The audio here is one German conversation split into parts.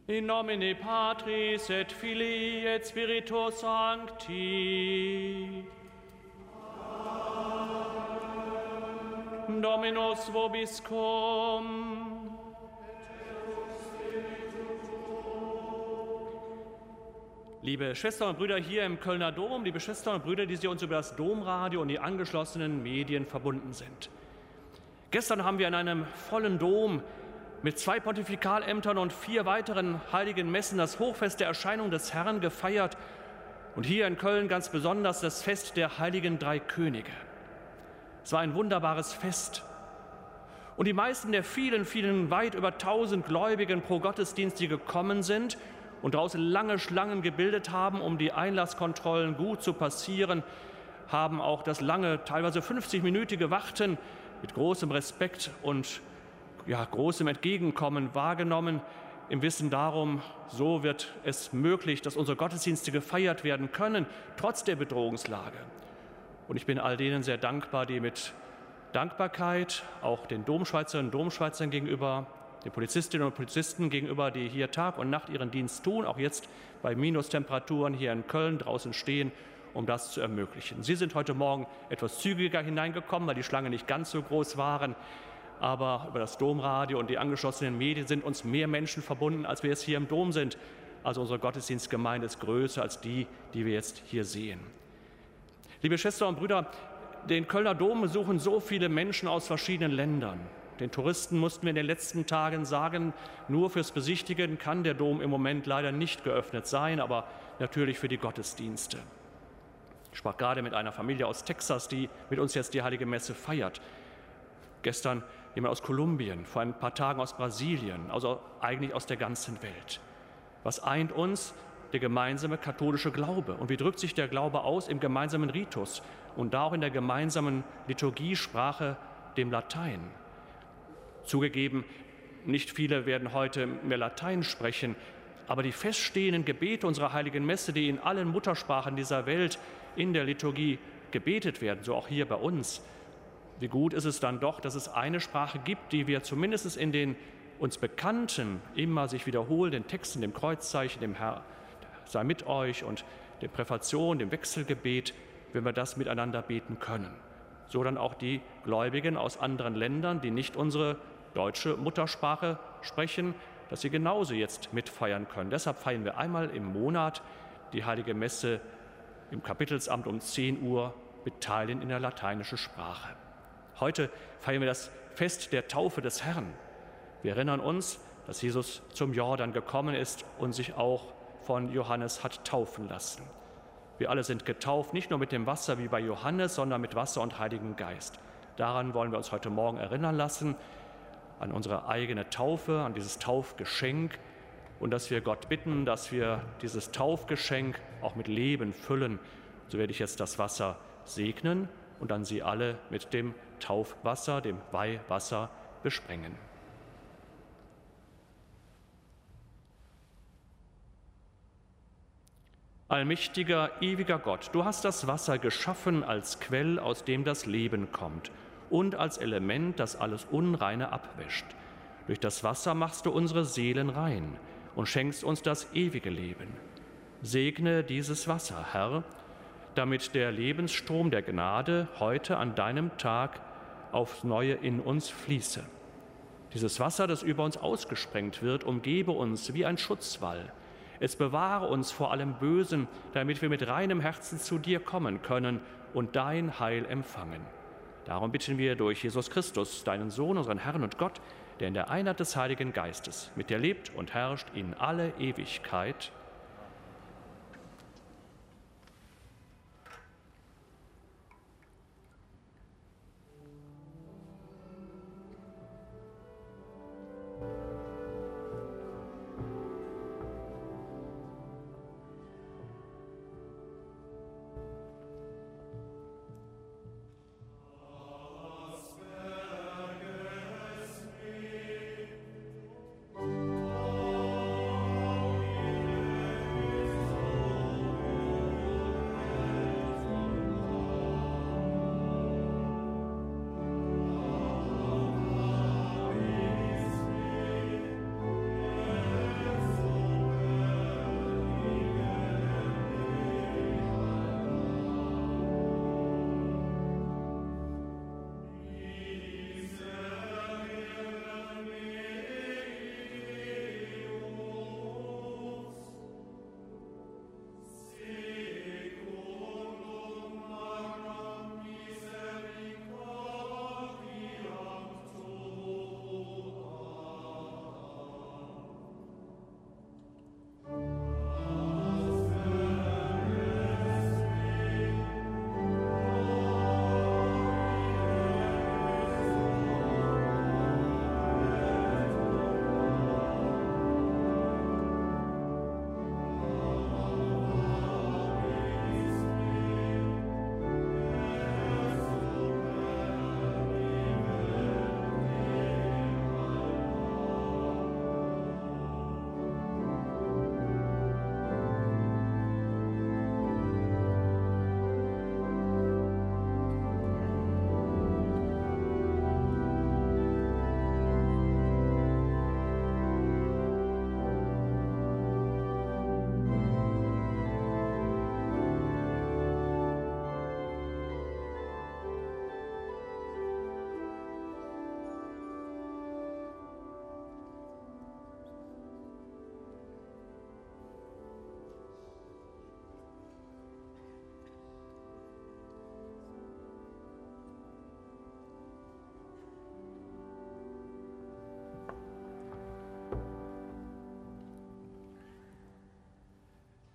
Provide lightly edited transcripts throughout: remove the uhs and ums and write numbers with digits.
In nomine Patris et Filii et Spiritus Sancti. Amen. Dominus vobiscum. Liebe Schwestern und Brüder hier im Kölner Dom, liebe Schwestern und Brüder, die Sie uns über das Domradio und die angeschlossenen Medien verbunden sind. Gestern haben wir in einem vollen Dom mit 2 Pontifikalämtern und 4 weiteren heiligen Messen das Hochfest der Erscheinung des Herrn gefeiert und hier in Köln ganz besonders das Fest der heiligen 3 Könige. Es war ein wunderbares Fest. Und die meisten der vielen, weit über 1000 Gläubigen pro Gottesdienst, die gekommen sind und draußen lange Schlangen gebildet haben, um die Einlasskontrollen gut zu passieren, haben auch das lange, teilweise 50-minütige Warten mit großem Respekt und großem Entgegenkommen wahrgenommen, im Wissen darum, so wird es möglich, dass unsere Gottesdienste gefeiert werden können, trotz der Bedrohungslage. Und ich bin all denen sehr dankbar, die mit Dankbarkeit auch den Domschweizerinnen und Domschweizern gegenüber, den Polizistinnen und Polizisten gegenüber, die hier Tag und Nacht ihren Dienst tun, auch jetzt bei Minustemperaturen hier in Köln draußen stehen, um das zu ermöglichen. Sie sind heute Morgen etwas zügiger hineingekommen, weil die Schlangen nicht ganz so groß waren. Aber über das Domradio und die angeschlossenen Medien sind uns mehr Menschen verbunden, als wir es hier im Dom sind. Also unsere Gottesdienstgemeinde ist größer als die, die wir jetzt hier sehen. Liebe Schwestern und Brüder, den Kölner Dom besuchen so viele Menschen aus verschiedenen Ländern. Den Touristen mussten wir in den letzten Tagen sagen, nur fürs Besichtigen kann der Dom im Moment leider nicht geöffnet sein, aber natürlich für die Gottesdienste. Ich sprach gerade mit einer Familie aus Texas, die mit uns jetzt die Heilige Messe feiert. Gestern jemand aus Kolumbien, vor ein paar Tagen aus Brasilien, also eigentlich aus der ganzen Welt. Was eint uns? Der gemeinsame katholische Glaube. Und wie drückt sich der Glaube aus? Im gemeinsamen Ritus und da auch in der gemeinsamen Liturgiesprache, dem Latein. Zugegeben, nicht viele werden heute mehr Latein sprechen, aber die feststehenden Gebete unserer Heiligen Messe, die in allen Muttersprachen dieser Welt in der Liturgie gebetet werden, so auch hier bei uns. Wie gut ist es dann doch, dass es eine Sprache gibt, die wir zumindest in den uns bekannten, immer sich wiederholenden Texten, dem Kreuzzeichen, dem Herr sei mit euch und der Präfation, dem Wechselgebet, wenn wir das miteinander beten können. So dann auch die Gläubigen aus anderen Ländern, die nicht unsere deutsche Muttersprache sprechen, dass sie genauso jetzt mitfeiern können. Deshalb feiern wir einmal im Monat die Heilige Messe im Kapitelsamt um 10 Uhr mit Teilen in der lateinischen Sprache. Heute feiern wir das Fest der Taufe des Herrn. Wir erinnern uns, dass Jesus zum Jordan gekommen ist und sich auch von Johannes hat taufen lassen. Wir alle sind getauft, nicht nur mit dem Wasser wie bei Johannes, sondern mit Wasser und Heiligen Geist. Daran wollen wir uns heute Morgen erinnern lassen, an unsere eigene Taufe, an dieses Taufgeschenk und dass wir Gott bitten, dass wir dieses Taufgeschenk auch mit Leben füllen. So werde ich jetzt das Wasser segnen und dann Sie alle mit dem Taufwasser, dem Weihwasser besprengen. Allmächtiger, ewiger Gott, du hast das Wasser geschaffen als Quell, aus dem das Leben kommt und als Element, das alles Unreine abwäscht. Durch das Wasser machst du unsere Seelen rein und schenkst uns das ewige Leben. Segne dieses Wasser, Herr, damit der Lebensstrom der Gnade heute an deinem Tag aufs Neue in uns fließe. Dieses Wasser, das über uns ausgesprengt wird, umgebe uns wie ein Schutzwall. Es bewahre uns vor allem Bösen, damit wir mit reinem Herzen zu dir kommen können und dein Heil empfangen. Darum bitten wir durch Jesus Christus, deinen Sohn, unseren Herrn und Gott, der in der Einheit des Heiligen Geistes mit dir lebt und herrscht in alle Ewigkeit.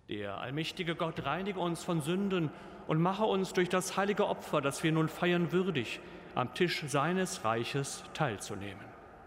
Der allmächtige Gott reinige uns von Sünden und mache uns durch das heilige Opfer, das wir nun feiern, würdig, am Tisch seines Reiches teilzunehmen.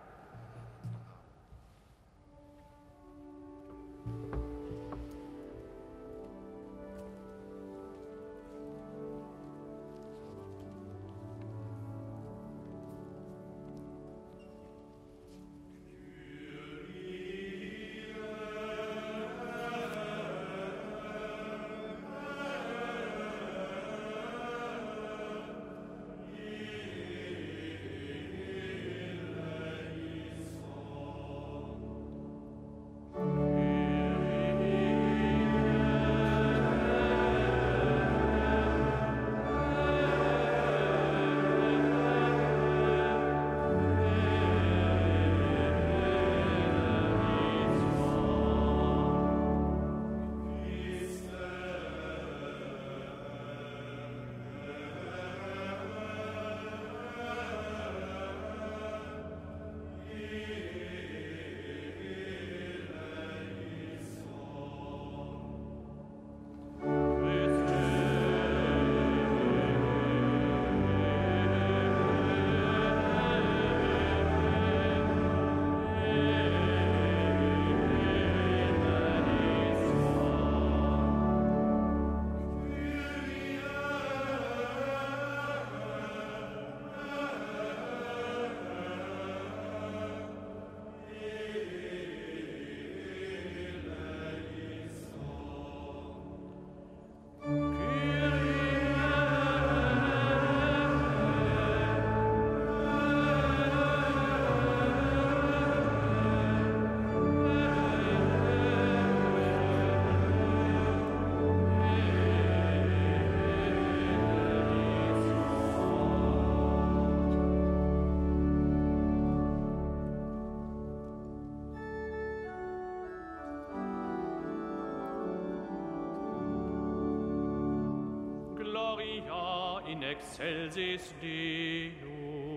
Gloria in excelsis Deo.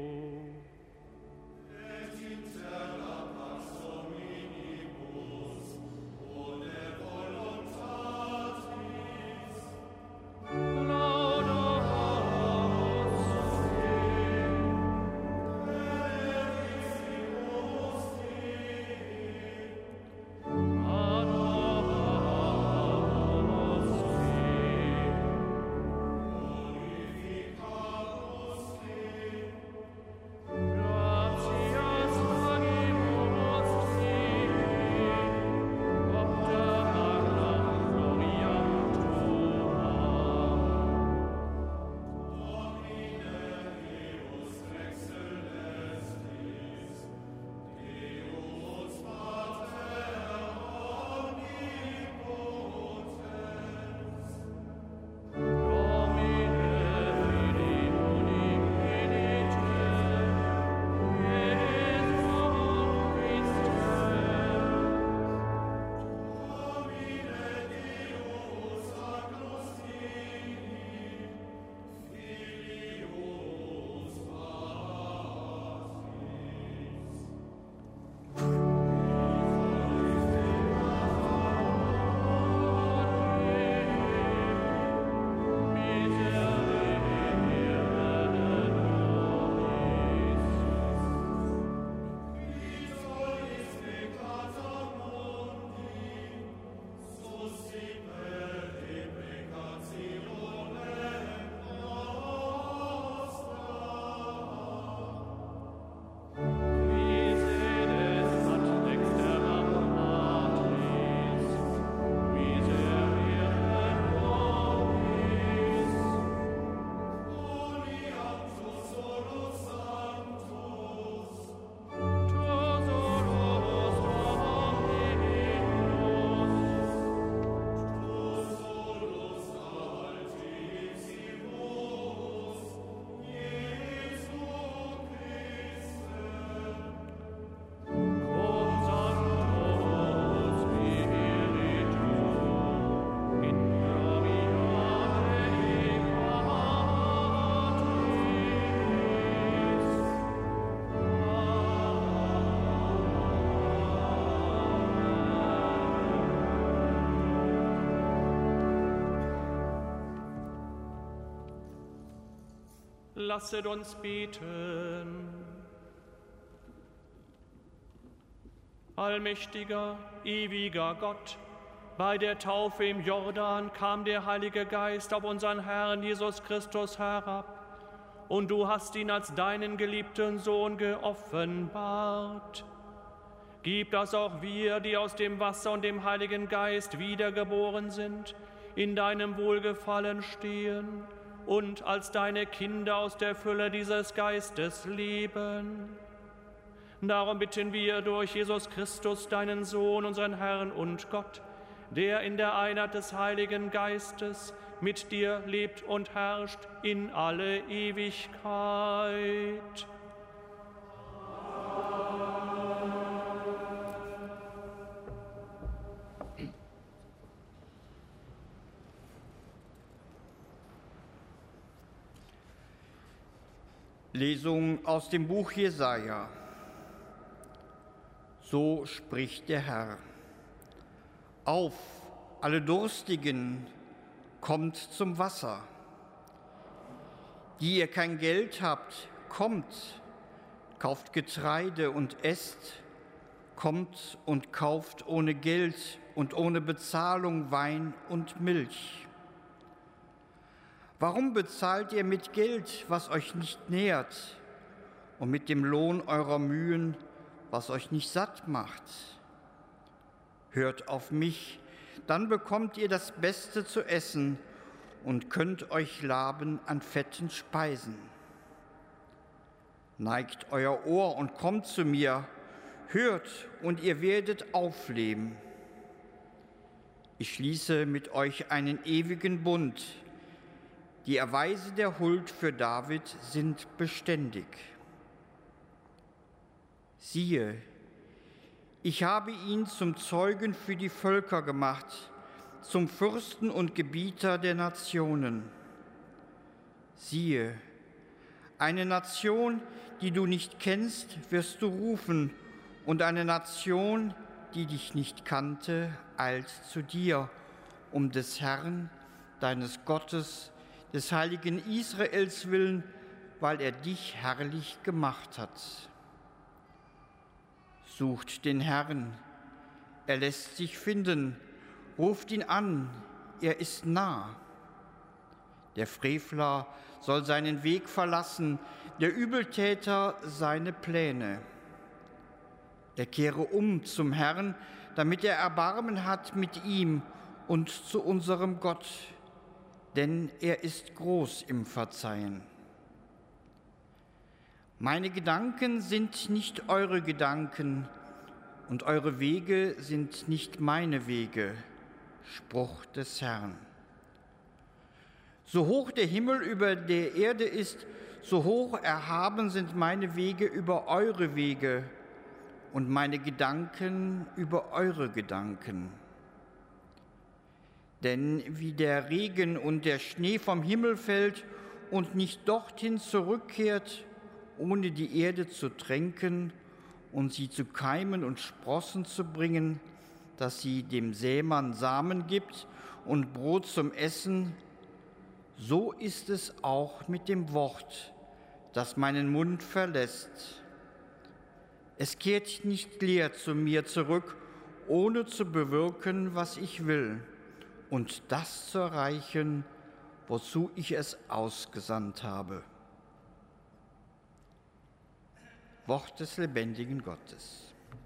Et in terra pax hominibus, bone voluntatis. Laudamus Benedicimus Dei. Adoramus Glorificamus Dei. Lasset uns beten. Allmächtiger, ewiger Gott, bei der Taufe im Jordan kam der Heilige Geist auf unseren Herrn Jesus Christus herab, und du hast ihn als deinen geliebten Sohn geoffenbart. Gib, dass auch wir, die aus dem Wasser und dem Heiligen Geist wiedergeboren sind, in deinem Wohlgefallen stehen und als deine Kinder aus der Fülle dieses Geistes leben. Darum bitten wir durch Jesus Christus, deinen Sohn, unseren Herrn und Gott, der in der Einheit des Heiligen Geistes mit dir lebt und herrscht in alle Ewigkeit. Lesung aus dem Buch Jesaja. So spricht der Herr: Auf, alle Durstigen, kommt zum Wasser. Die ihr kein Geld habt, kommt, kauft Getreide und esst, kommt und kauft ohne Geld und ohne Bezahlung Wein und Milch. Warum bezahlt ihr mit Geld, was euch nicht nährt, und mit dem Lohn eurer Mühen, was euch nicht satt macht? Hört auf mich, dann bekommt ihr das Beste zu essen und könnt euch laben an fetten Speisen. Neigt euer Ohr und kommt zu mir, hört und ihr werdet aufleben. Ich schließe mit euch einen ewigen Bund. Die Erweise der Huld für David sind beständig. Siehe, ich habe ihn zum Zeugen für die Völker gemacht, zum Fürsten und Gebieter der Nationen. Siehe, eine Nation, die du nicht kennst, wirst du rufen, und eine Nation, die dich nicht kannte, eilt zu dir, um des Herrn, deines Gottes, des heiligen Israels willen, weil er dich herrlich gemacht hat. Sucht den Herrn, er lässt sich finden, ruft ihn an, er ist nah. Der Frevler soll seinen Weg verlassen, der Übeltäter seine Pläne. Er kehre um zum Herrn, damit er Erbarmen hat mit ihm und zu unserem Gott, denn er ist groß im Verzeihen. Meine Gedanken sind nicht eure Gedanken und eure Wege sind nicht meine Wege, Spruch des Herrn. So hoch der Himmel über der Erde ist, so hoch erhaben sind meine Wege über eure Wege und meine Gedanken über eure Gedanken. Denn wie der Regen und der Schnee vom Himmel fällt und nicht dorthin zurückkehrt, ohne die Erde zu tränken und sie zu Keimen und Sprossen zu bringen, dass sie dem Sämann Samen gibt und Brot zum Essen, so ist es auch mit dem Wort, das meinen Mund verlässt. Es kehrt nicht leer zu mir zurück, ohne zu bewirken, was ich will, und das zu erreichen, wozu ich es ausgesandt habe. Wort des lebendigen Gottes.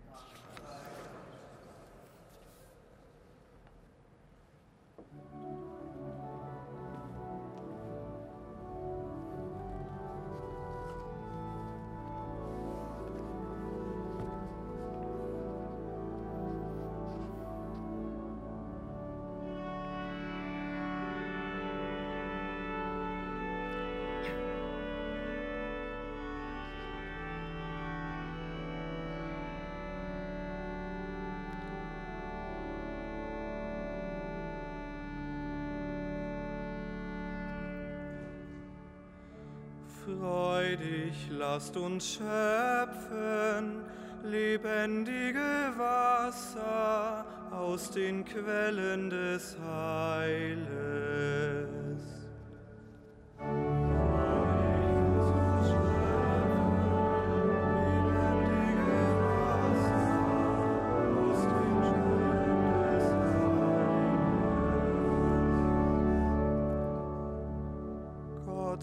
Freudig lasst uns schöpfen, lebendige Wasser aus den Quellen des Heiles. Freudig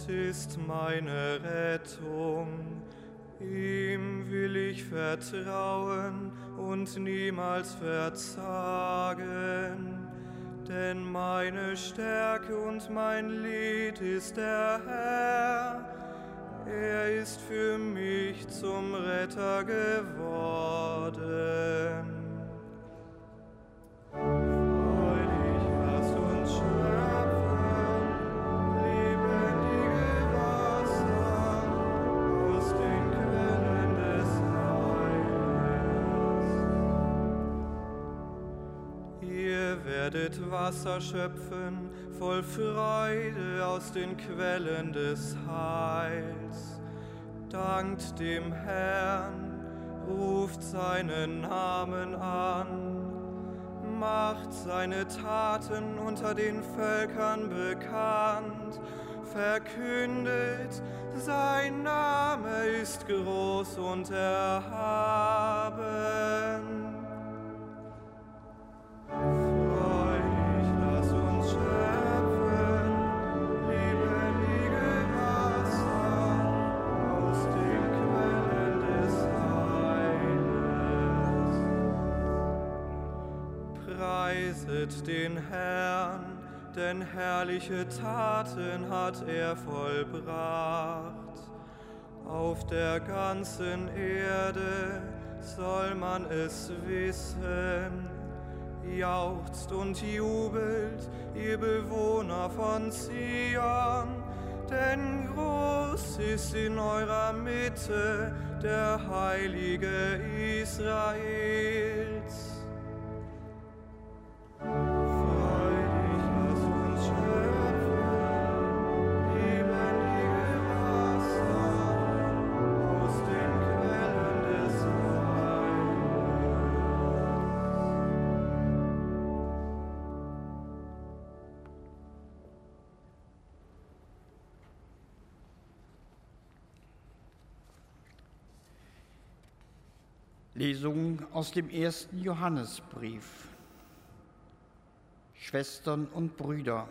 Gott ist meine Rettung. Ihm will ich vertrauen und niemals verzagen. Denn meine Stärke und mein Lied ist der Herr. Er ist für mich zum Retter geworden. Freudig lasst uns schöpfen, lebendige Wasser aus den Quellen des Heils. Ihr werdet Wasser schöpfen, voll Freude aus den Quellen des Heils. Dankt dem Herrn, ruft seinen Namen an, macht seine Taten unter den Völkern bekannt, verkündet, sein Name ist groß und erhaben. Preiset den Herrn, denn herrliche Taten hat er vollbracht. Auf der ganzen Erde soll man es wissen. Jauchzt und jubelt, ihr Bewohner von Zion, denn groß ist in eurer Mitte der Heilige Israels. Lesung aus dem 1. Johannesbrief. Schwestern und Brüder,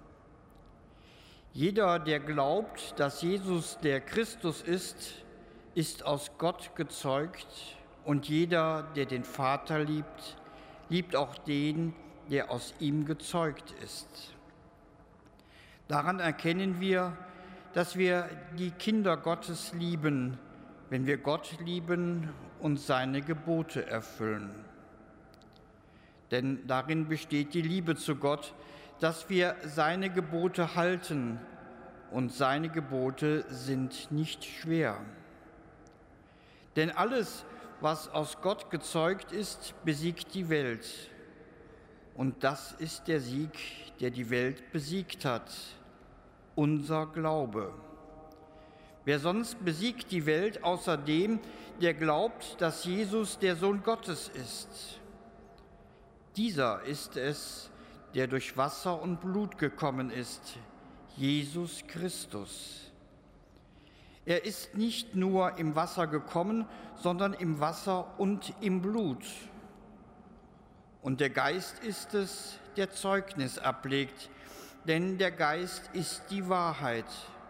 jeder, der glaubt, dass Jesus der Christus ist, ist aus Gott gezeugt, und jeder, der den Vater liebt, liebt auch den, der aus ihm gezeugt ist. Daran erkennen wir, dass wir die Kinder Gottes lieben, wenn wir Gott lieben und seine Gebote erfüllen. Denn darin besteht die Liebe zu Gott, dass wir seine Gebote halten, und seine Gebote sind nicht schwer. Denn alles, was aus Gott gezeugt ist, besiegt die Welt. Und das ist der Sieg, der die Welt besiegt hat, unser Glaube. Wer sonst besiegt die Welt außer dem, der glaubt, dass Jesus der Sohn Gottes ist? Dieser ist es, der durch Wasser und Blut gekommen ist, Jesus Christus. Er ist nicht nur im Wasser gekommen, sondern im Wasser und im Blut. Und der Geist ist es, der Zeugnis ablegt, denn der Geist ist die Wahrheit.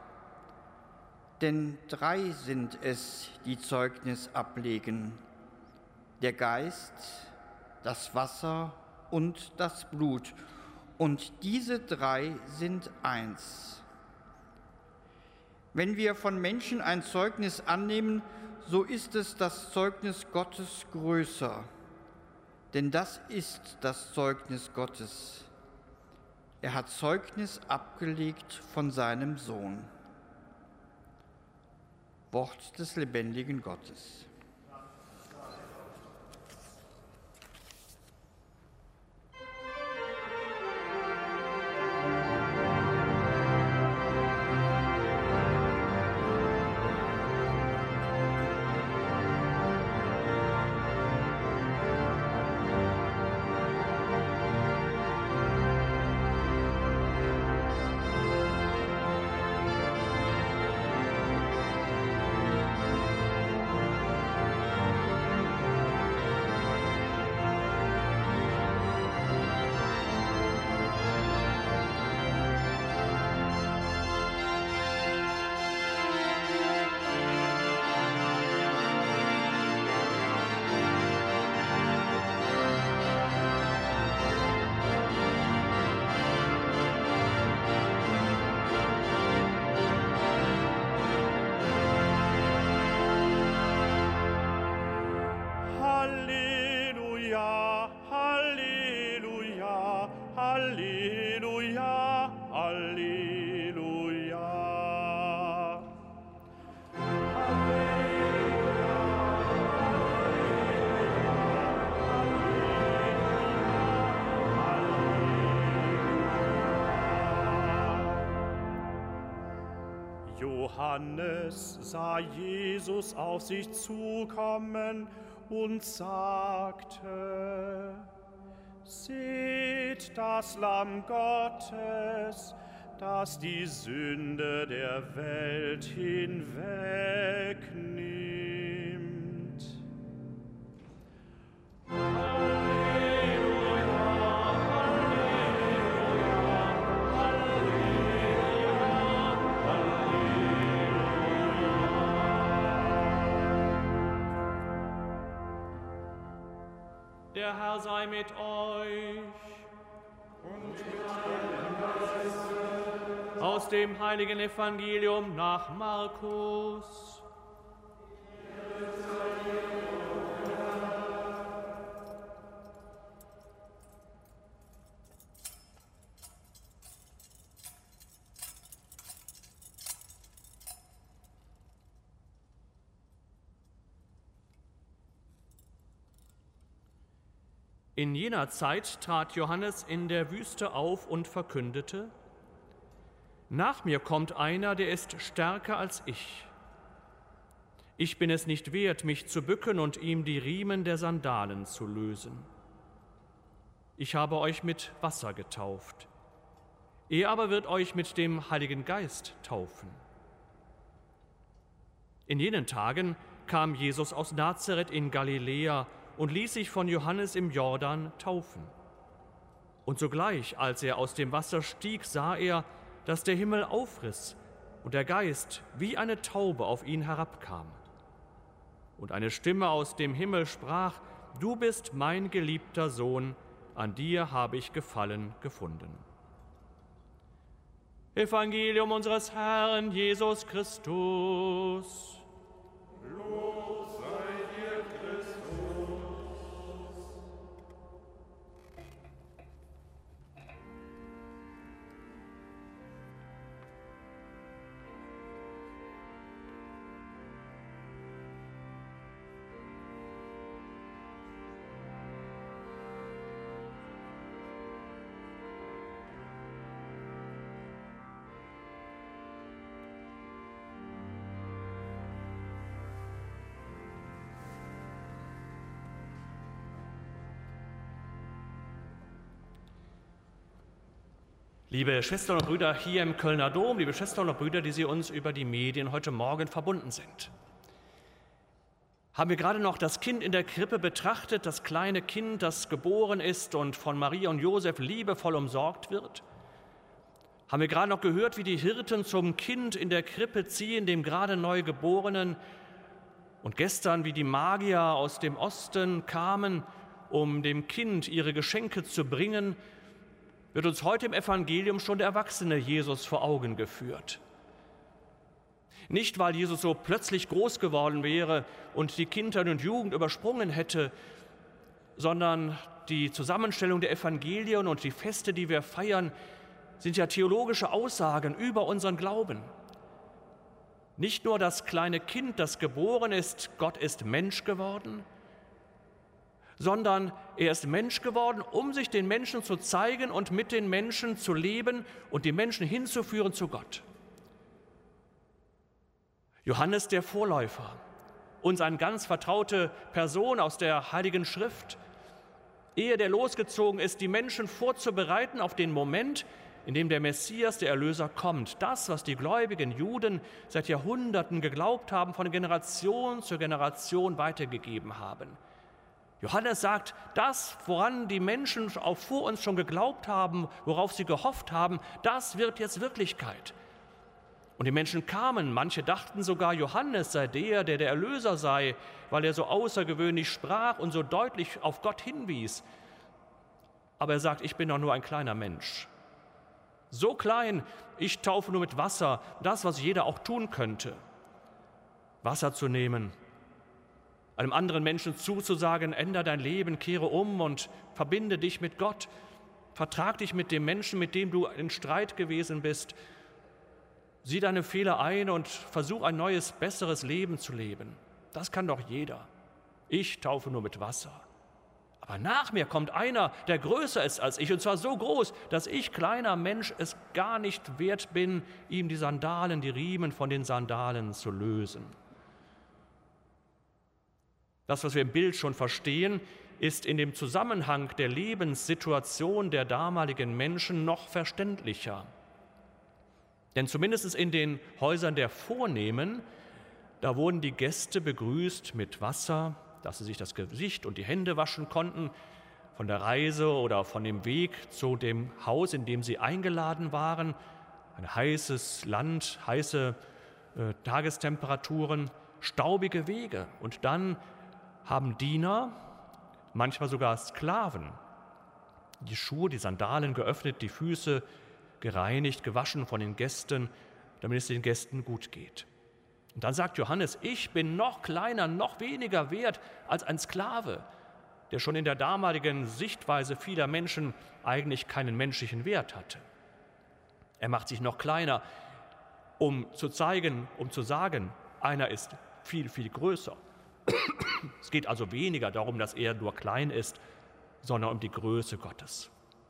Denn 3 sind es, die Zeugnis ablegen: der Geist, das Wasser und das Blut. Und diese 3 sind eins. Wenn wir von Menschen ein Zeugnis annehmen, so ist es das Zeugnis Gottes größer. Denn das ist das Zeugnis Gottes. Er hat Zeugnis abgelegt von seinem Sohn. Wort des lebendigen Gottes. Johannes sah Jesus auf sich zukommen und sagte: Seht das Lamm Gottes, das die Sünde der Welt hinwegnimmt. Der Herr sei mit euch. Und mit deinem Geist. Aus dem heiligen Evangelium nach Markus. In jener Zeit trat Johannes in der Wüste auf und verkündete: Nach mir kommt einer, der ist stärker als ich. Ich bin es nicht wert, mich zu bücken und ihm die Riemen der Sandalen zu lösen. Ich habe euch mit Wasser getauft. Er aber wird euch mit dem Heiligen Geist taufen. In jenen Tagen kam Jesus aus Nazareth in Galiläa und ließ sich von Johannes im Jordan taufen. Und sogleich, als er aus dem Wasser stieg, sah er, dass der Himmel aufriss und der Geist wie eine Taube auf ihn herabkam. Und eine Stimme aus dem Himmel sprach: Du bist mein geliebter Sohn, an dir habe ich Gefallen gefunden. Evangelium unseres Herrn Jesus Christus. Lob sei dir, Christus. Liebe Schwestern und Brüder hier im Kölner Dom, liebe Schwestern und Brüder, die Sie uns über die Medien heute Morgen verbunden sind. Haben wir gerade noch das Kind in der Krippe betrachtet, das kleine Kind, das geboren ist und von Maria und Josef liebevoll umsorgt wird? Haben wir gerade noch gehört, wie die Hirten zum Kind in der Krippe ziehen, dem gerade Neugeborenen? Und gestern, wie die Magier aus dem Osten kamen, um dem Kind ihre Geschenke zu bringen, wird uns heute im Evangelium schon der erwachsene Jesus vor Augen geführt. Nicht, weil Jesus so plötzlich groß geworden wäre und die Kindheit und Jugend übersprungen hätte, sondern die Zusammenstellung der Evangelien und die Feste, die wir feiern, sind ja theologische Aussagen über unseren Glauben. Nicht nur das kleine Kind, das geboren ist, Gott ist Mensch geworden, sondern er ist Mensch geworden, um sich den Menschen zu zeigen und mit den Menschen zu leben und die Menschen hinzuführen zu Gott. Johannes der Vorläufer, uns eine ganz vertraute Person aus der Heiligen Schrift, ehe der losgezogen ist, die Menschen vorzubereiten auf den Moment, in dem der Messias, der Erlöser, kommt. Das, was die gläubigen Juden seit Jahrhunderten geglaubt haben, von Generation zu Generation weitergegeben haben. Johannes sagt, das, woran die Menschen auch vor uns schon geglaubt haben, worauf sie gehofft haben, das wird jetzt Wirklichkeit. Und die Menschen kamen, manche dachten sogar, Johannes sei der Erlöser sei, weil er so außergewöhnlich sprach und so deutlich auf Gott hinwies. Aber er sagt, ich bin doch nur ein kleiner Mensch. So klein, ich taufe nur mit Wasser, das, was jeder auch tun könnte. Wasser zu nehmen, einem anderen Menschen zuzusagen, ändere dein Leben, kehre um und verbinde dich mit Gott, vertrag dich mit dem Menschen, mit dem du in Streit gewesen bist, sieh deine Fehler ein und versuch ein neues, besseres Leben zu leben. Das kann doch jeder. Ich taufe nur mit Wasser. Aber nach mir kommt einer, der größer ist als ich, und zwar so groß, dass ich, kleiner Mensch, es gar nicht wert bin, ihm die Riemen von den Sandalen zu lösen. Das, was wir im Bild schon verstehen, ist in dem Zusammenhang der Lebenssituation der damaligen Menschen noch verständlicher. Denn zumindest in den Häusern der Vornehmen, da wurden die Gäste begrüßt mit Wasser, dass sie sich das Gesicht und die Hände waschen konnten, von der Reise oder von dem Weg zu dem Haus, in dem sie eingeladen waren. Ein heißes Land, heiße Tagestemperaturen, staubige Wege. Und dann haben Diener, manchmal sogar Sklaven, die Schuhe, die Sandalen geöffnet, die Füße gereinigt, gewaschen von den Gästen, damit es den Gästen gut geht. Und dann sagt Johannes, ich bin noch kleiner, noch weniger wert als ein Sklave, der schon in der damaligen Sichtweise vieler Menschen eigentlich keinen menschlichen Wert hatte. Er macht sich noch kleiner, um zu zeigen, um zu sagen, einer ist viel, viel größer. Es geht also weniger darum, dass er nur klein ist, sondern um die Größe Gottes.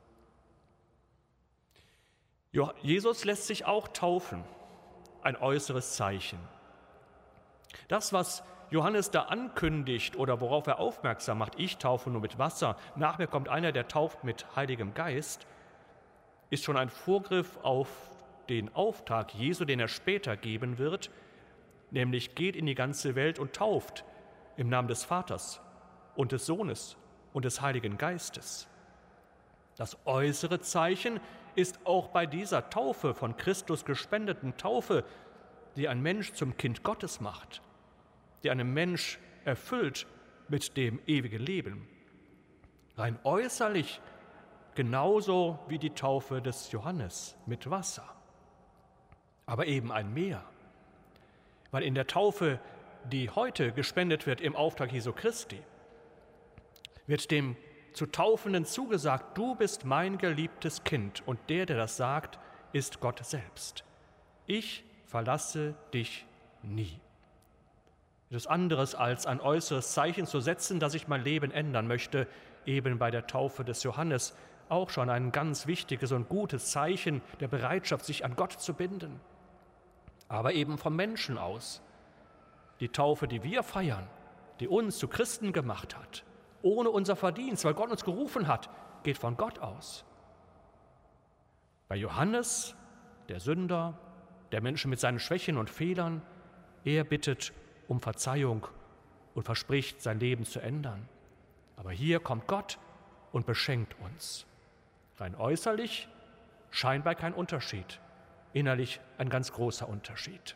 Jesus lässt sich auch taufen, ein äußeres Zeichen. Das, was Johannes da ankündigt oder worauf er aufmerksam macht, ich taufe nur mit Wasser, nach mir kommt einer, der tauft mit Heiligem Geist, ist schon ein Vorgriff auf den Auftrag Jesu, den er später geben wird, nämlich geht in die ganze Welt und tauft im Namen des Vaters und des Sohnes und des Heiligen Geistes. Das äußere Zeichen ist auch bei dieser Taufe, von Christus gespendeten Taufe, die ein Mensch zum Kind Gottes macht, die einen Mensch erfüllt mit dem ewigen Leben. Rein äußerlich genauso wie die Taufe des Johannes mit Wasser. Aber eben ein Mehr. Weil in der Taufe, die heute gespendet wird im Auftrag Jesu Christi, wird dem zu Taufenden zugesagt, du bist mein geliebtes Kind, und der das sagt, ist Gott selbst. Ich verlasse dich nie. Etwas anderes als ein äußeres Zeichen zu setzen, dass ich mein Leben ändern möchte, eben bei der Taufe des Johannes auch schon ein ganz wichtiges und gutes Zeichen der Bereitschaft, sich an Gott zu binden. Aber eben vom Menschen aus. Die Taufe, die wir feiern, die uns zu Christen gemacht hat, ohne unser Verdienst, weil Gott uns gerufen hat, geht von Gott aus. Bei Johannes, der Sünder, der Menschen mit seinen Schwächen und Fehlern, er bittet um Verzeihung und verspricht, sein Leben zu ändern. Aber hier kommt Gott und beschenkt uns. Rein äußerlich scheinbar kein Unterschied, innerlich ein ganz großer Unterschied.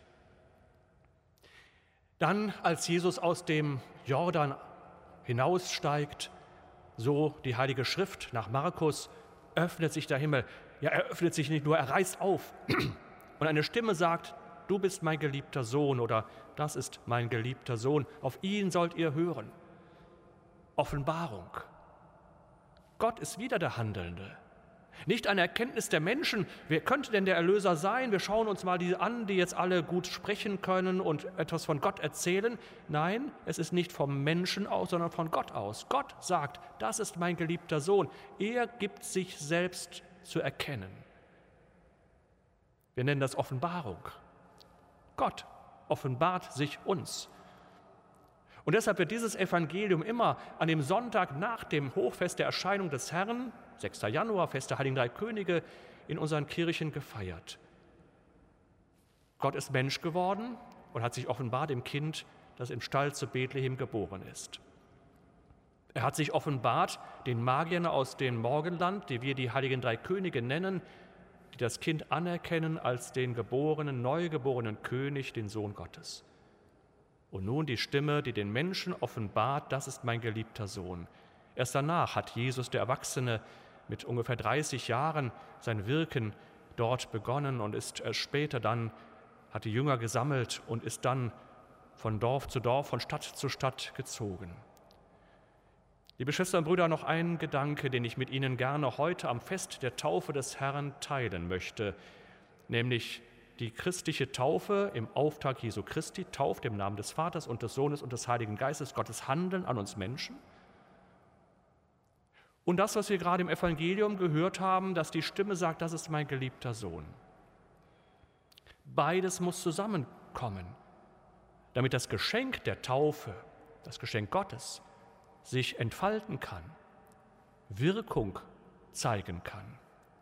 Dann, als Jesus aus dem Jordan hinaussteigt, so die Heilige Schrift nach Markus, öffnet sich der Himmel. Ja, er öffnet sich nicht nur, er reißt auf. Und eine Stimme sagt, du bist mein geliebter Sohn oder das ist mein geliebter Sohn, auf ihn sollt ihr hören. Offenbarung. Gott ist wieder der Handelnde. Nicht eine Erkenntnis der Menschen, wer könnte denn der Erlöser sein? Wir schauen uns mal die an, die jetzt alle gut sprechen können und etwas von Gott erzählen. Nein, es ist nicht vom Menschen aus, sondern von Gott aus. Gott sagt, das ist mein geliebter Sohn. Er gibt sich selbst zu erkennen. Wir nennen das Offenbarung. Gott offenbart sich uns. Und deshalb wird dieses Evangelium immer an dem Sonntag nach dem Hochfest der Erscheinung des Herrn, 6. Januar, Fest der Heiligen Drei Könige, in unseren Kirchen gefeiert. Gott ist Mensch geworden und hat sich offenbart im Kind, das im Stall zu Bethlehem geboren ist. Er hat sich offenbart den Magiern aus dem Morgenland, die wir die Heiligen Drei Könige nennen, die das Kind anerkennen als den geborenen, neugeborenen König, den Sohn Gottes. Und nun die Stimme, die den Menschen offenbart, das ist mein geliebter Sohn. Erst danach hat Jesus, der Erwachsene, mit ungefähr 30 Jahren sein Wirken dort begonnen und ist erst später dann, hat die Jünger gesammelt und ist dann von Dorf zu Dorf, von Stadt zu Stadt gezogen. Liebe Schwestern und Brüder, noch ein Gedanke, den ich mit Ihnen gerne heute am Fest der Taufe des Herrn teilen möchte, nämlich die christliche Taufe im Auftrag Jesu Christi, tauft im Namen des Vaters und des Sohnes und des Heiligen Geistes, Gottes Handeln an uns Menschen. Und das, was wir gerade im Evangelium gehört haben, dass die Stimme sagt, das ist mein geliebter Sohn. Beides muss zusammenkommen, damit das Geschenk der Taufe, das Geschenk Gottes, sich entfalten kann, Wirkung zeigen kann.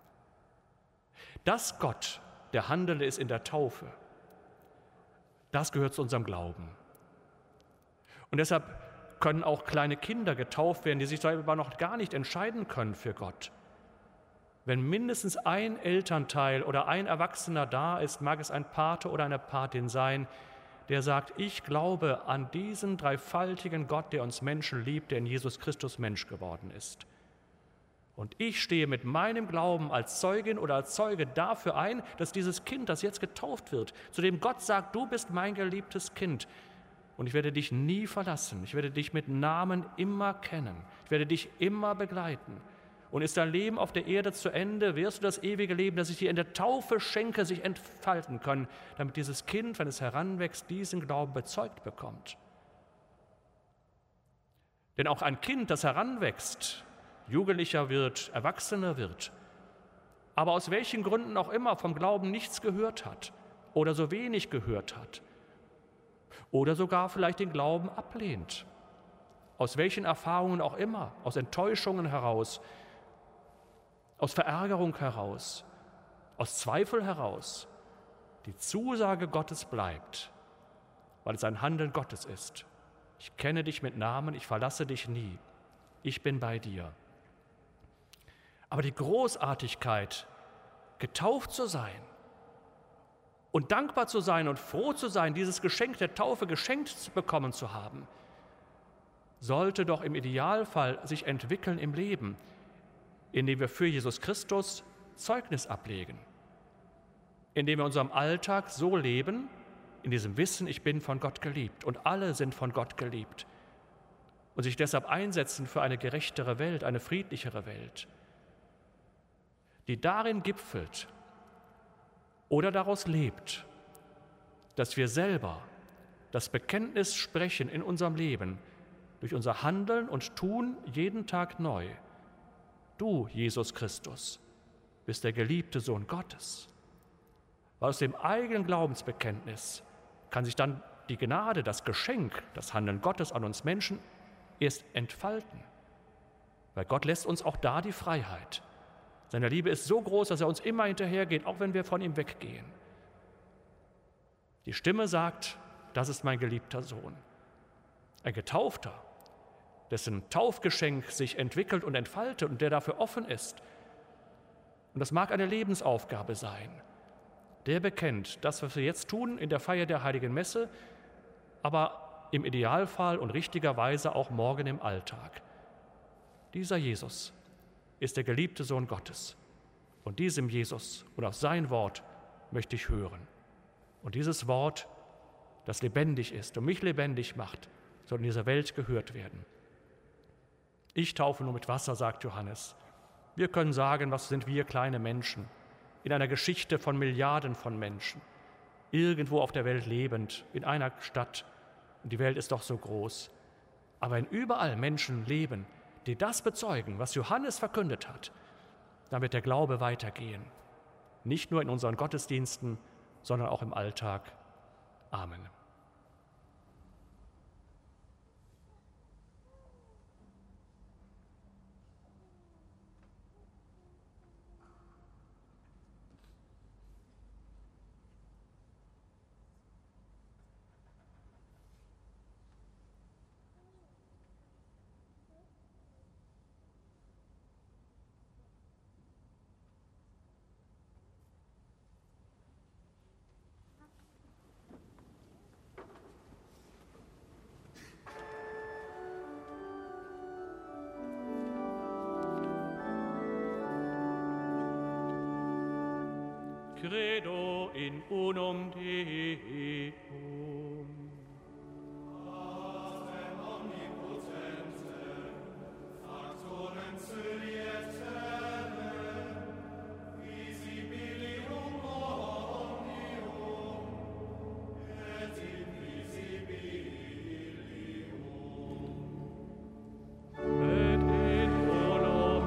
Dass Gott der Handelnde ist in der Taufe, das gehört zu unserem Glauben. Und deshalb können auch kleine Kinder getauft werden, die sich selber noch gar nicht entscheiden können für Gott. Wenn mindestens ein Elternteil oder ein Erwachsener da ist, mag es ein Pate oder eine Patin sein, der sagt, ich glaube an diesen dreifaltigen Gott, der uns Menschen liebt, der in Jesus Christus Mensch geworden ist. Und ich stehe mit meinem Glauben als Zeugin oder als Zeuge dafür ein, dass dieses Kind, das jetzt getauft wird, zu dem Gott sagt, du bist mein geliebtes Kind und ich werde dich nie verlassen, ich werde dich mit Namen immer kennen, ich werde dich immer begleiten. Und ist dein Leben auf der Erde zu Ende, wirst du das ewige Leben, das ich dir in der Taufe schenke, sich entfalten können, damit dieses Kind, wenn es heranwächst, diesen Glauben bezeugt bekommt. Denn auch ein Kind, das heranwächst, Jugendlicher wird, Erwachsener wird, aber aus welchen Gründen auch immer vom Glauben nichts gehört hat oder so wenig gehört hat oder sogar vielleicht den Glauben ablehnt, aus welchen Erfahrungen auch immer, aus Enttäuschungen heraus, aus Verärgerung heraus, aus Zweifel heraus, die Zusage Gottes bleibt, weil es ein Handeln Gottes ist. Ich kenne dich mit Namen, ich verlasse dich nie, ich bin bei dir. Aber die Großartigkeit, getauft zu sein und dankbar zu sein und froh zu sein, dieses Geschenk der Taufe geschenkt bekommen zu haben, sollte doch im Idealfall sich entwickeln im Leben, indem wir für Jesus Christus Zeugnis ablegen, indem wir in unserem Alltag so leben, in diesem Wissen, ich bin von Gott geliebt und alle sind von Gott geliebt und sich deshalb einsetzen für eine gerechtere Welt, eine friedlichere Welt, die darin gipfelt oder daraus lebt, dass wir selber das Bekenntnis sprechen in unserem Leben, durch unser Handeln und Tun jeden Tag neu. Du, Jesus Christus, bist der geliebte Sohn Gottes. Weil aus dem eigenen Glaubensbekenntnis kann sich dann die Gnade, das Geschenk, das Handeln Gottes an uns Menschen erst entfalten. Weil Gott lässt uns auch da die Freiheit. Seine Liebe ist so groß, dass er uns immer hinterhergeht, auch wenn wir von ihm weggehen. Die Stimme sagt, das ist mein geliebter Sohn. Ein Getaufter, dessen Taufgeschenk sich entwickelt und entfaltet und der dafür offen ist. Und das mag eine Lebensaufgabe sein. Der bekennt das, was wir jetzt tun in der Feier der Heiligen Messe, aber im Idealfall und richtigerweise auch morgen im Alltag. Dieser Jesus ist der geliebte Sohn Gottes. Und diesem Jesus und auf sein Wort möchte ich hören. Und dieses Wort, das lebendig ist und mich lebendig macht, soll in dieser Welt gehört werden. Ich taufe nur mit Wasser, sagt Johannes. Wir können sagen, was sind wir kleine Menschen, in einer Geschichte von Milliarden von Menschen, irgendwo auf der Welt lebend, in einer Stadt. Und die Welt ist doch so groß. Aber wenn überall Menschen leben, die das bezeugen, was Johannes verkündet hat, dann wird der Glaube weitergehen. Nicht nur in unseren Gottesdiensten, sondern auch im Alltag. Amen. Credo in unum Deum. Patrem omnipotente, factorem Syri et terre, visibilium omnium, et invisibilium. Et in unum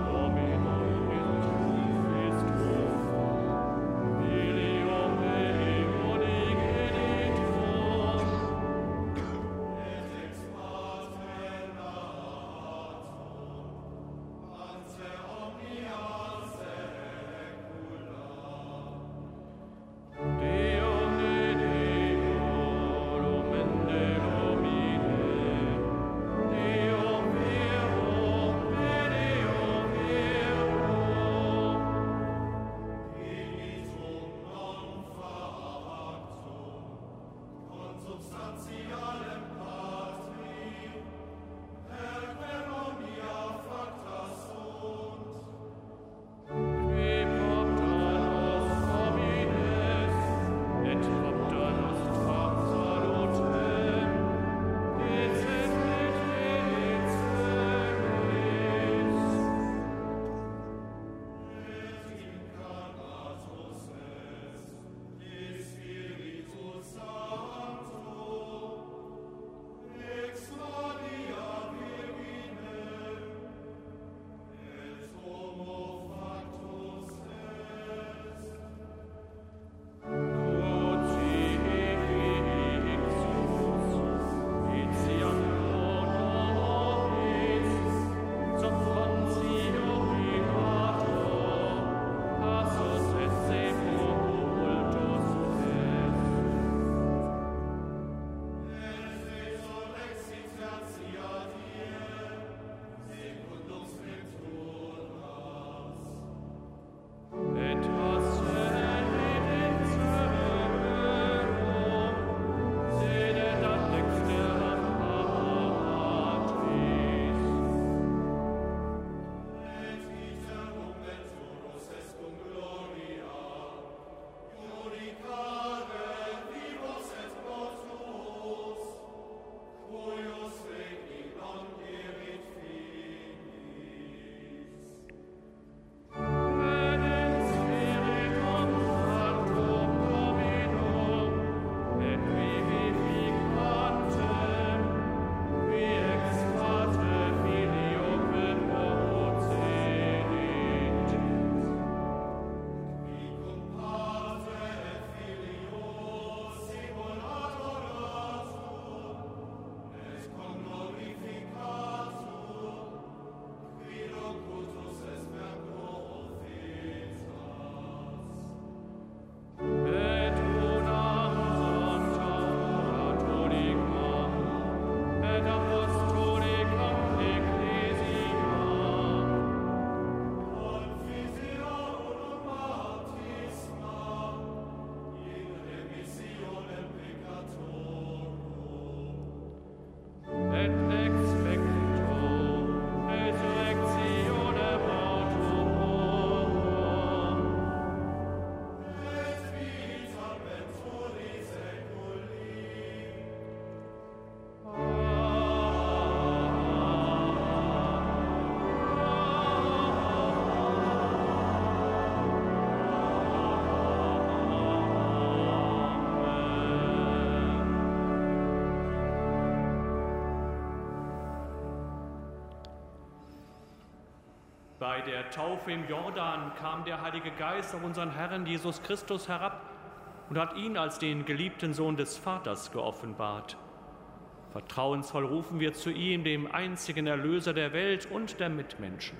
Bei der Taufe im Jordan kam der Heilige Geist auf unseren Herrn Jesus Christus herab und hat ihn als den geliebten Sohn des Vaters geoffenbart. Vertrauensvoll rufen wir zu ihm, dem einzigen Erlöser der Welt und der Mitmenschen.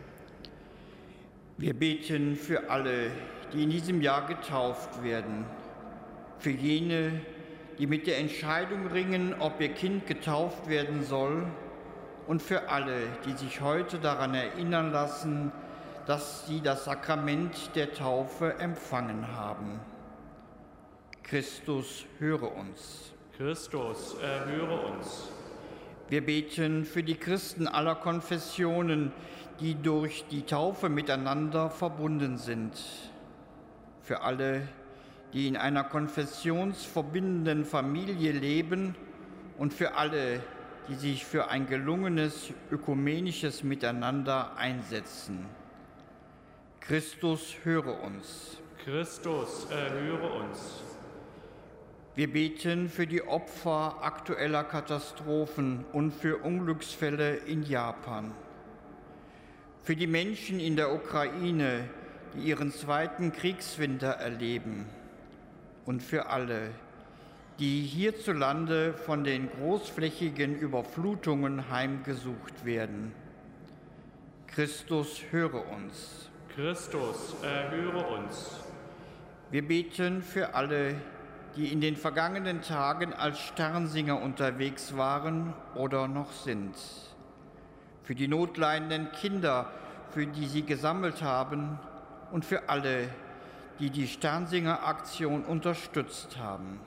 Wir beten für alle, die in diesem Jahr getauft werden, für jene, die mit der Entscheidung ringen, ob ihr Kind getauft werden soll, und für alle, die sich heute daran erinnern lassen, dass sie das Sakrament der Taufe empfangen haben. Christus, höre uns. Christus, erhöre uns. Wir beten für die Christen aller Konfessionen, die durch die Taufe miteinander verbunden sind. Für alle, die in einer konfessionsverbindenden Familie leben, und für alle, die sich für ein gelungenes ökumenisches Miteinander einsetzen. Christus, höre uns. Christus, erhöre uns. Wir beten für die Opfer aktueller Katastrophen und für Unglücksfälle in Japan. Für die Menschen in der Ukraine, die ihren zweiten Kriegswinter erleben. Und für alle, die hierzulande von den großflächigen Überflutungen heimgesucht werden. Christus, höre uns. Christus, erhöre uns. Wir beten für alle, die in den vergangenen Tagen als Sternsinger unterwegs waren oder noch sind. Für die notleidenden Kinder, für die sie gesammelt haben, und für alle, die die Sternsinger-Aktion unterstützt haben.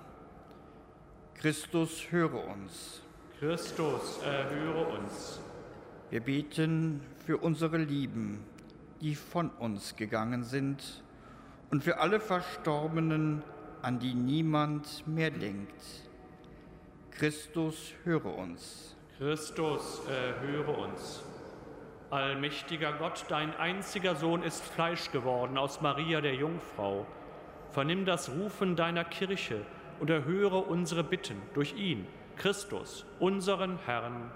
Christus, höre uns. Christus, erhöre uns. Wir beten für unsere Lieben, die von uns gegangen sind, und für alle Verstorbenen, an die niemand mehr denkt. Christus, höre uns. Christus, erhöre uns. Allmächtiger Gott, dein einziger Sohn ist Fleisch geworden aus Maria der Jungfrau. Vernimm das Rufen deiner Kirche und erhöre unsere Bitten durch ihn, Christus, unseren Herrn.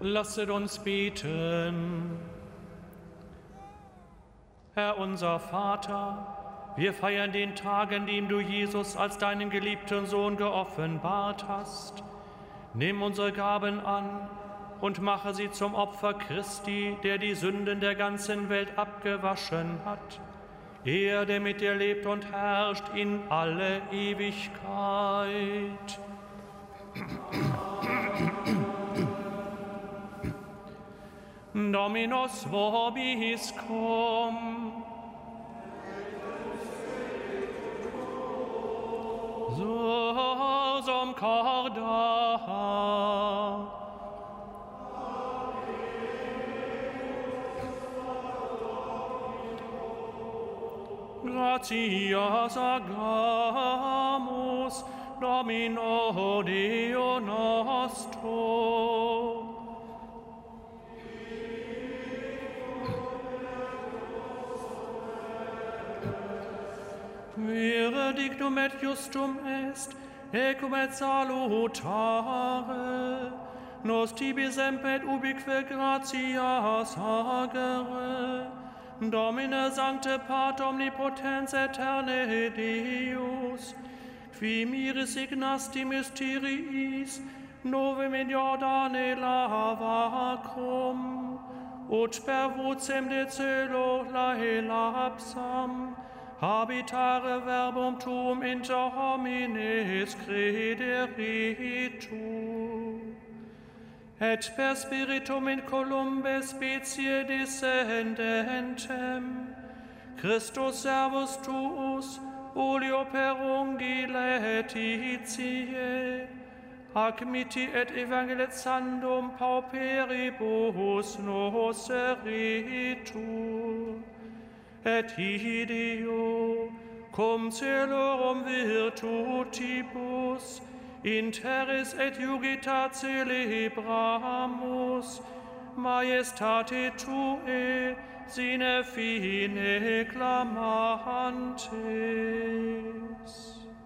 Lasset uns beten. Herr unser Vater, wir feiern den Tag, an dem du Jesus als deinen geliebten Sohn geoffenbart hast. Nimm unsere Gaben an und mache sie zum Opfer Christi, der die Sünden der ganzen Welt abgewaschen hat. Er, der mit dir lebt und herrscht in alle Ewigkeit. Dominus vobiscum. Sursum corda. Gratias agamus Domino Deo nostro. Vere dignum et justum est, ecum et salutare, nos tibi sempet ubique gratias agere, Domine sancte Pat omnipotens aeterne Deus, qui miris ignasti mysteriis, novem in Jordane lavacrum, ut per vocem de celo laelapsam, habitare verbum tuum inter homines crederitur, et per spiritum in columbe specie descendentem, Christus servus tuus, olio per ungi laetitiae, ac miti et evangelet sandum pauperibus nos eritur, et ideo cum celorum virtutibus in terris et iugitat celebramus majestate tuae sine fine clamantes.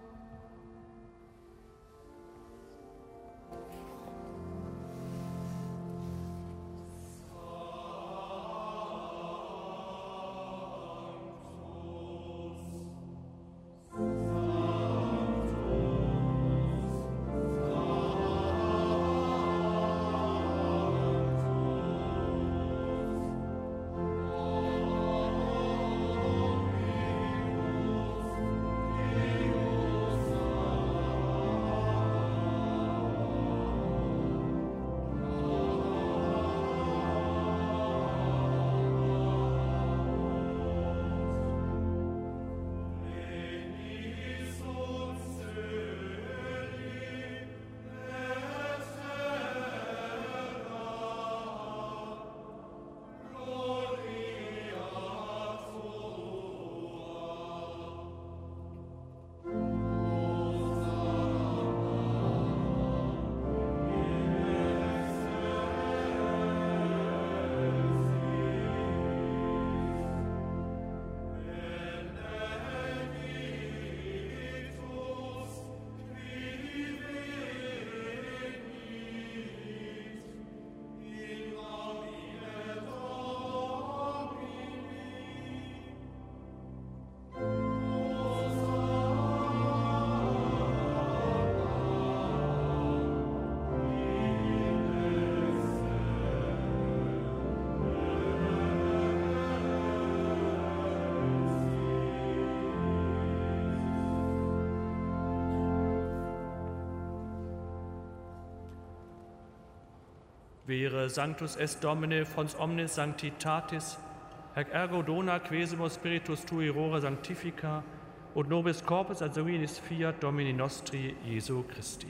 Vere sanctus est Domine fons omnis sanctitatis, hac ergo dona quesimo spiritus tui rora sanctifica, ut nobis corpus ad sanguinis fiat Domini nostri Jesu Christi.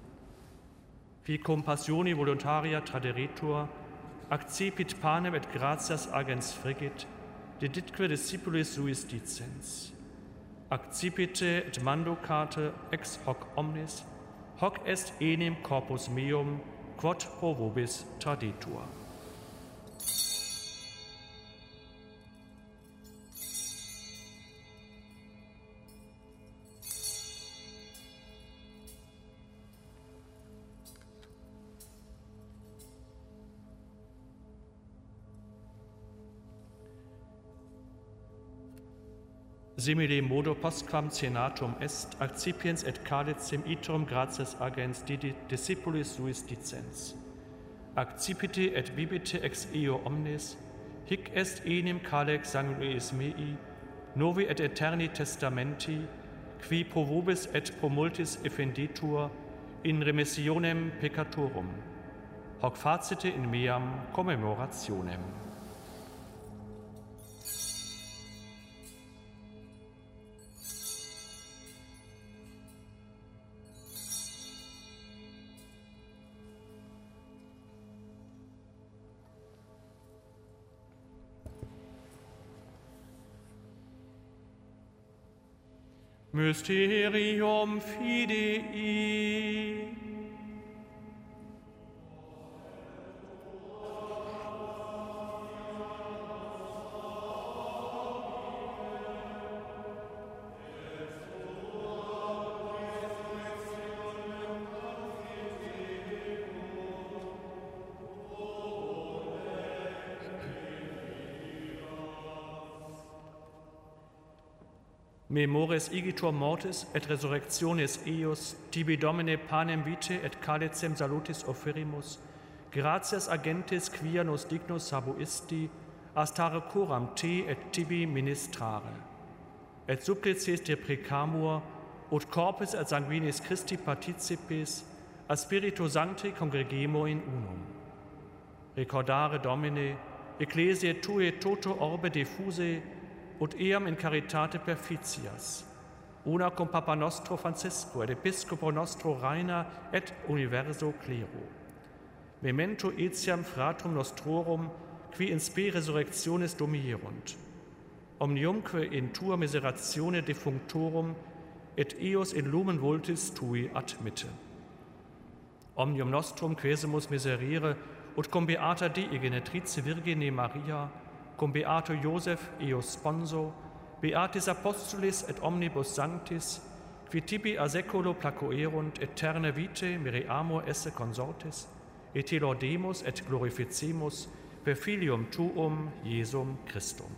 Qui cum passioni voluntaria traderetur, accipit panem et gratias agens frigit, deditque discipulis suis dicens. Accipite et mandocate ex hoc omnis, hoc est enim corpus meum, quod pro vobis tradetur. simile modo postquam cenatum est, accipiens et calicem iterum gratias agens discipulis suis dicens. Accipite et bibite ex eo omnes, hic est enim calex sanguinis mei, novi et eterni testamenti, qui pro vobis et pro multis efenditur in remissionem peccatorum. Hoc facite in meam commemorationem. Mysterium Fidei. Memores igitur mortis et resurrectionis eius, tibi Domine panem vitae et calicem salutis offerimus, gratias agentis quia nos dignus habuisti, astare coram te et tibi ministrare. Et supplices te precamur, ut corpus et sanguinis Christi participis, a Spiritu Sancti congregemo in unum. Recordare Domine, ecclesiae tue toto orbe diffuse, ut eam in caritate perficias, una cum Papa nostro Francisco et Episcopo nostro Rainer et universo clero. Memento etiam fratrum nostrorum, qui in spe resurrectionis domierunt. Omniumque in tua miseratione defunctorum, et eos in lumen vultis tui admitte. Omnium nostrum quesemus miserere, ut cum beata Dei genetrice Virgine Maria, cum beato Joseph eos sponso, beatis apostolis et omnibus sanctis, qui tibi a seculo placuerunt aeterne vitae miriamur esse consortis, et te laudemus et glorificemus per filium tuum Jesum Christum.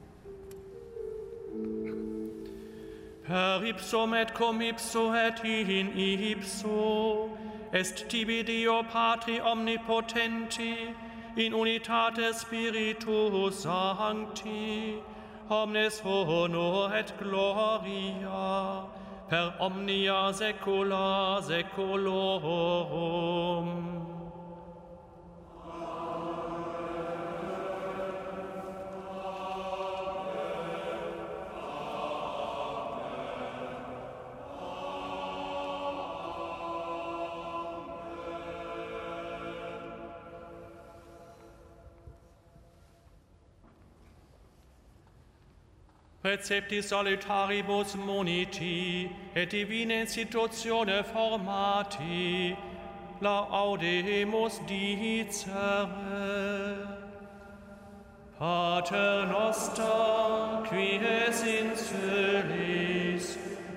Per ipsum et cum ipso et in ipso est tibi Deo Patri omnipotenti, in unitate Spiritus Sancti, omnes honor et gloria, per omnia saecula saeculorum. Precepti salutaribus moniti et divina institutione formati, laudemus dicere. Pater noster, qui es in celis,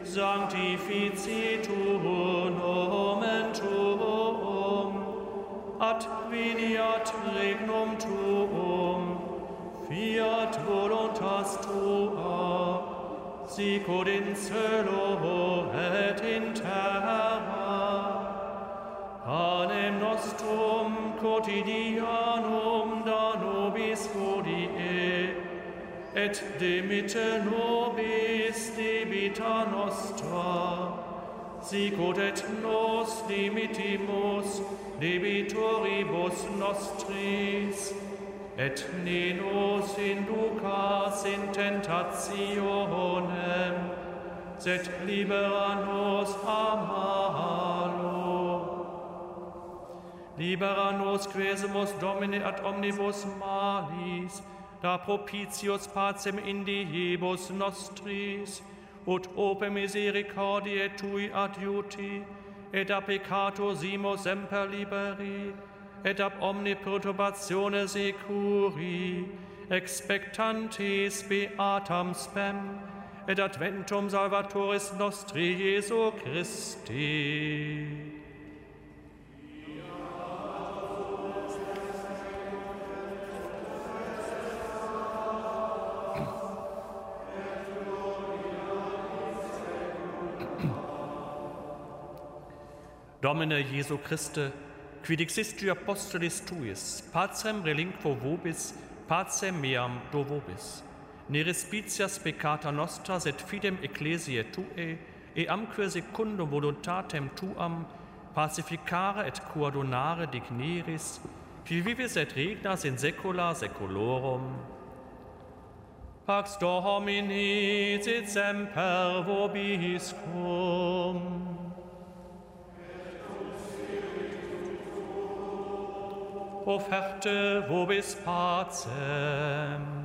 sanctificetur nomen tuum, adveniat regnum tuum, fiat voluntas tua, sicut in cielo et in terra. Panem nostrum quotidianum da nobis hodie, et dimitte nobis debita nostra, sicut et nos dimittimus debitoribus nostris, et ne nos inducas in tentationem, sed libera nos a malo. Libera nos quesemus Domine ad omnibus malis, da propitius pacem in diebus nostris, ut ope misericordiae tui adiuti, et a peccato simo semper liberi, et ab omni perturbatione securi, expectantis beatam spem, et adventum salvatoris nostri Jesu Christi. Domine Jesu Christe, qui dixisti apostolis tuis, pacem relinquo vobis, pacem meam do vobis. Ne respicias peccata nostra, sed fidem ecclesiae tuae, e amque secundum voluntatem tuam, pacificare et coadunare digneris, qui vivis et regnas in saecula saeculorum. Pax Domini sit semper vobiscum. Offerte vobis pacem.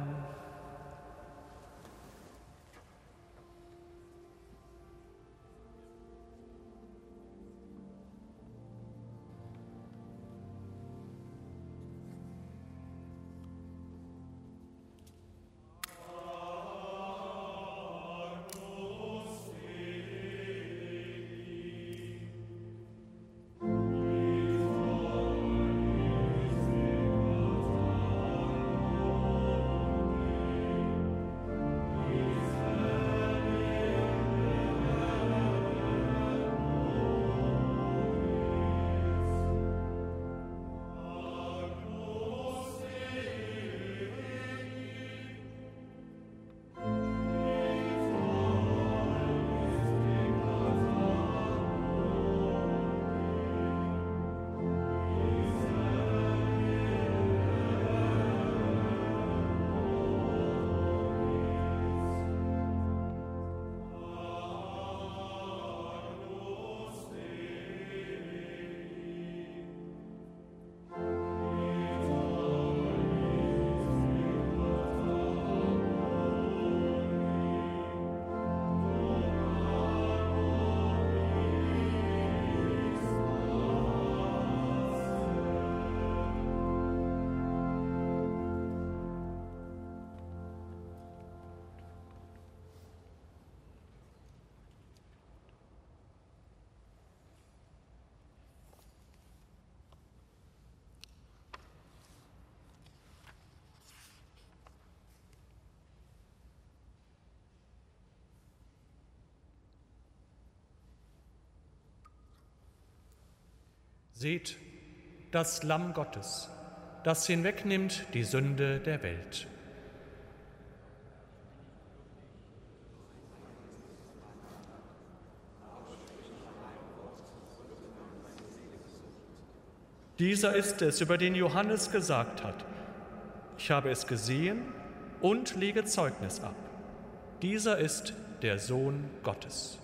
Seht, das Lamm Gottes, das hinwegnimmt die Sünde der Welt. Dieser ist es, über den Johannes gesagt hat: Ich habe es gesehen und lege Zeugnis ab. Dieser ist der Sohn Gottes.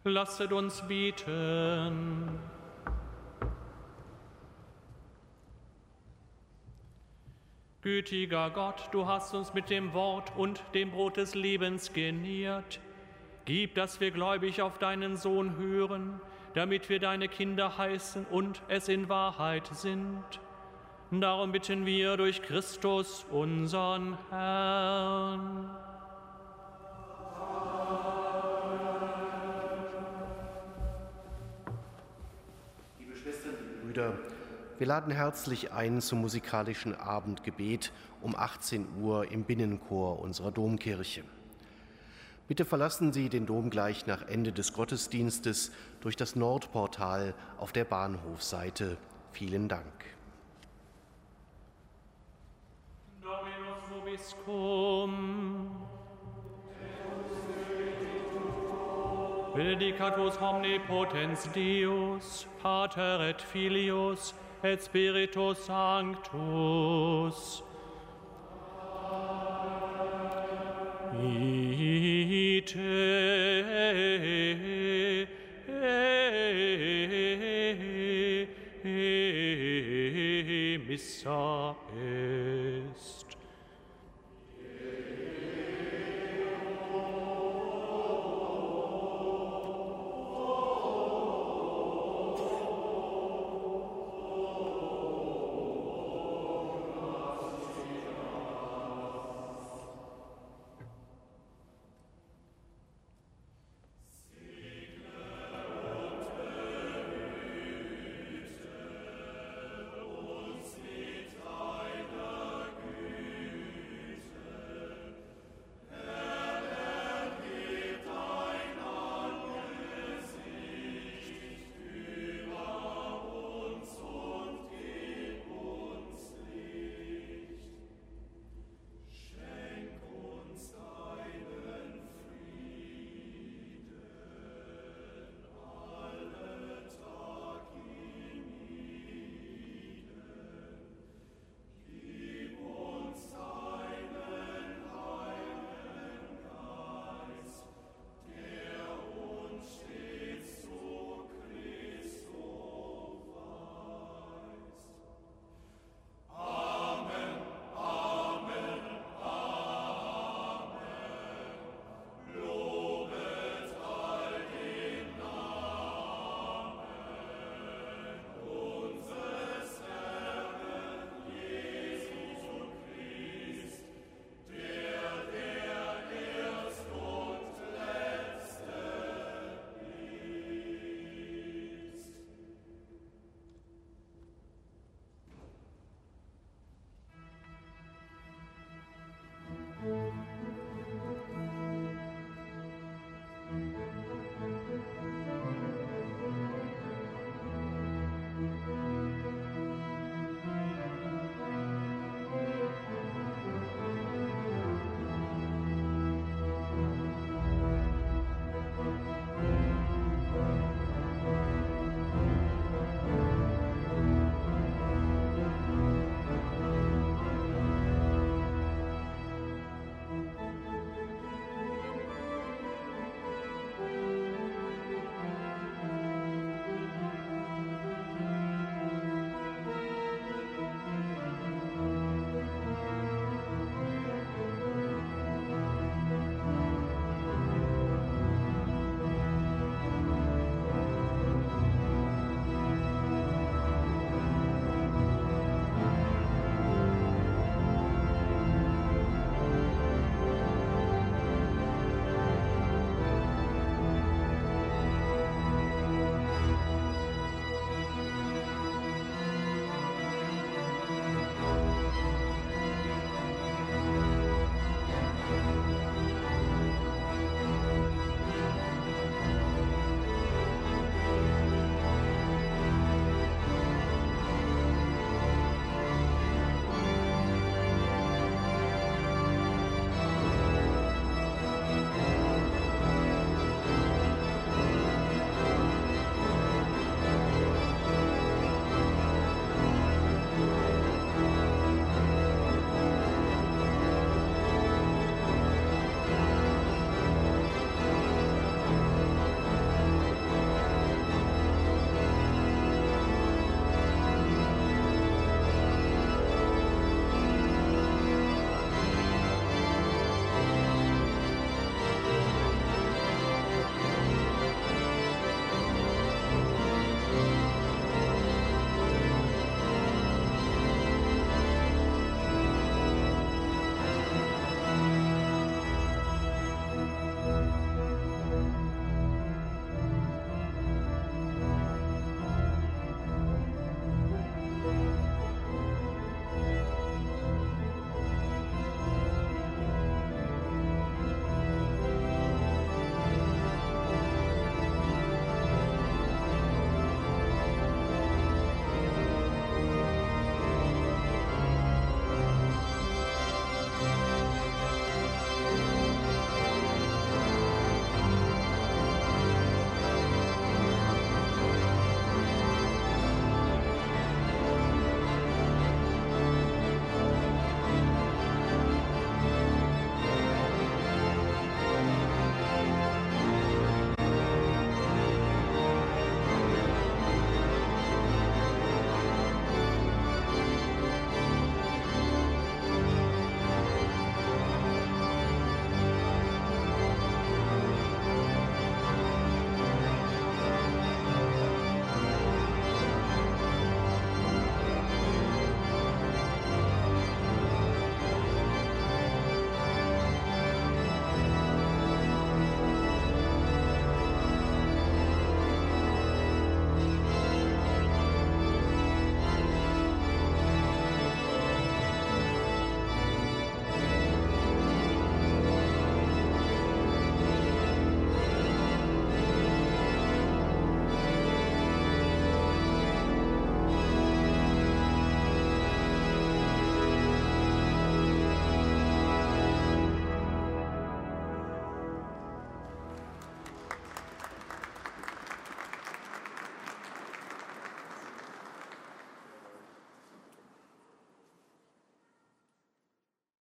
Lasset uns beten. Gütiger Gott, du hast uns mit dem Wort und dem Brot des Lebens genährt. Gib, dass wir gläubig auf deinen Sohn hören, damit wir deine Kinder heißen und es in Wahrheit sind. Darum bitten wir durch Christus, unseren Herrn. Liebe Schwestern, liebe Brüder, wir laden herzlich ein zum musikalischen Abendgebet um 18 Uhr im Binnenchor unserer Domkirche. Bitte verlassen Sie den Dom gleich nach Ende des Gottesdienstes durch das Nordportal auf der Bahnhofseite. Vielen Dank. Dominus vobiscum. Benedicatus omnipotens Deus, Pater et Filius et Spiritus Sanctus.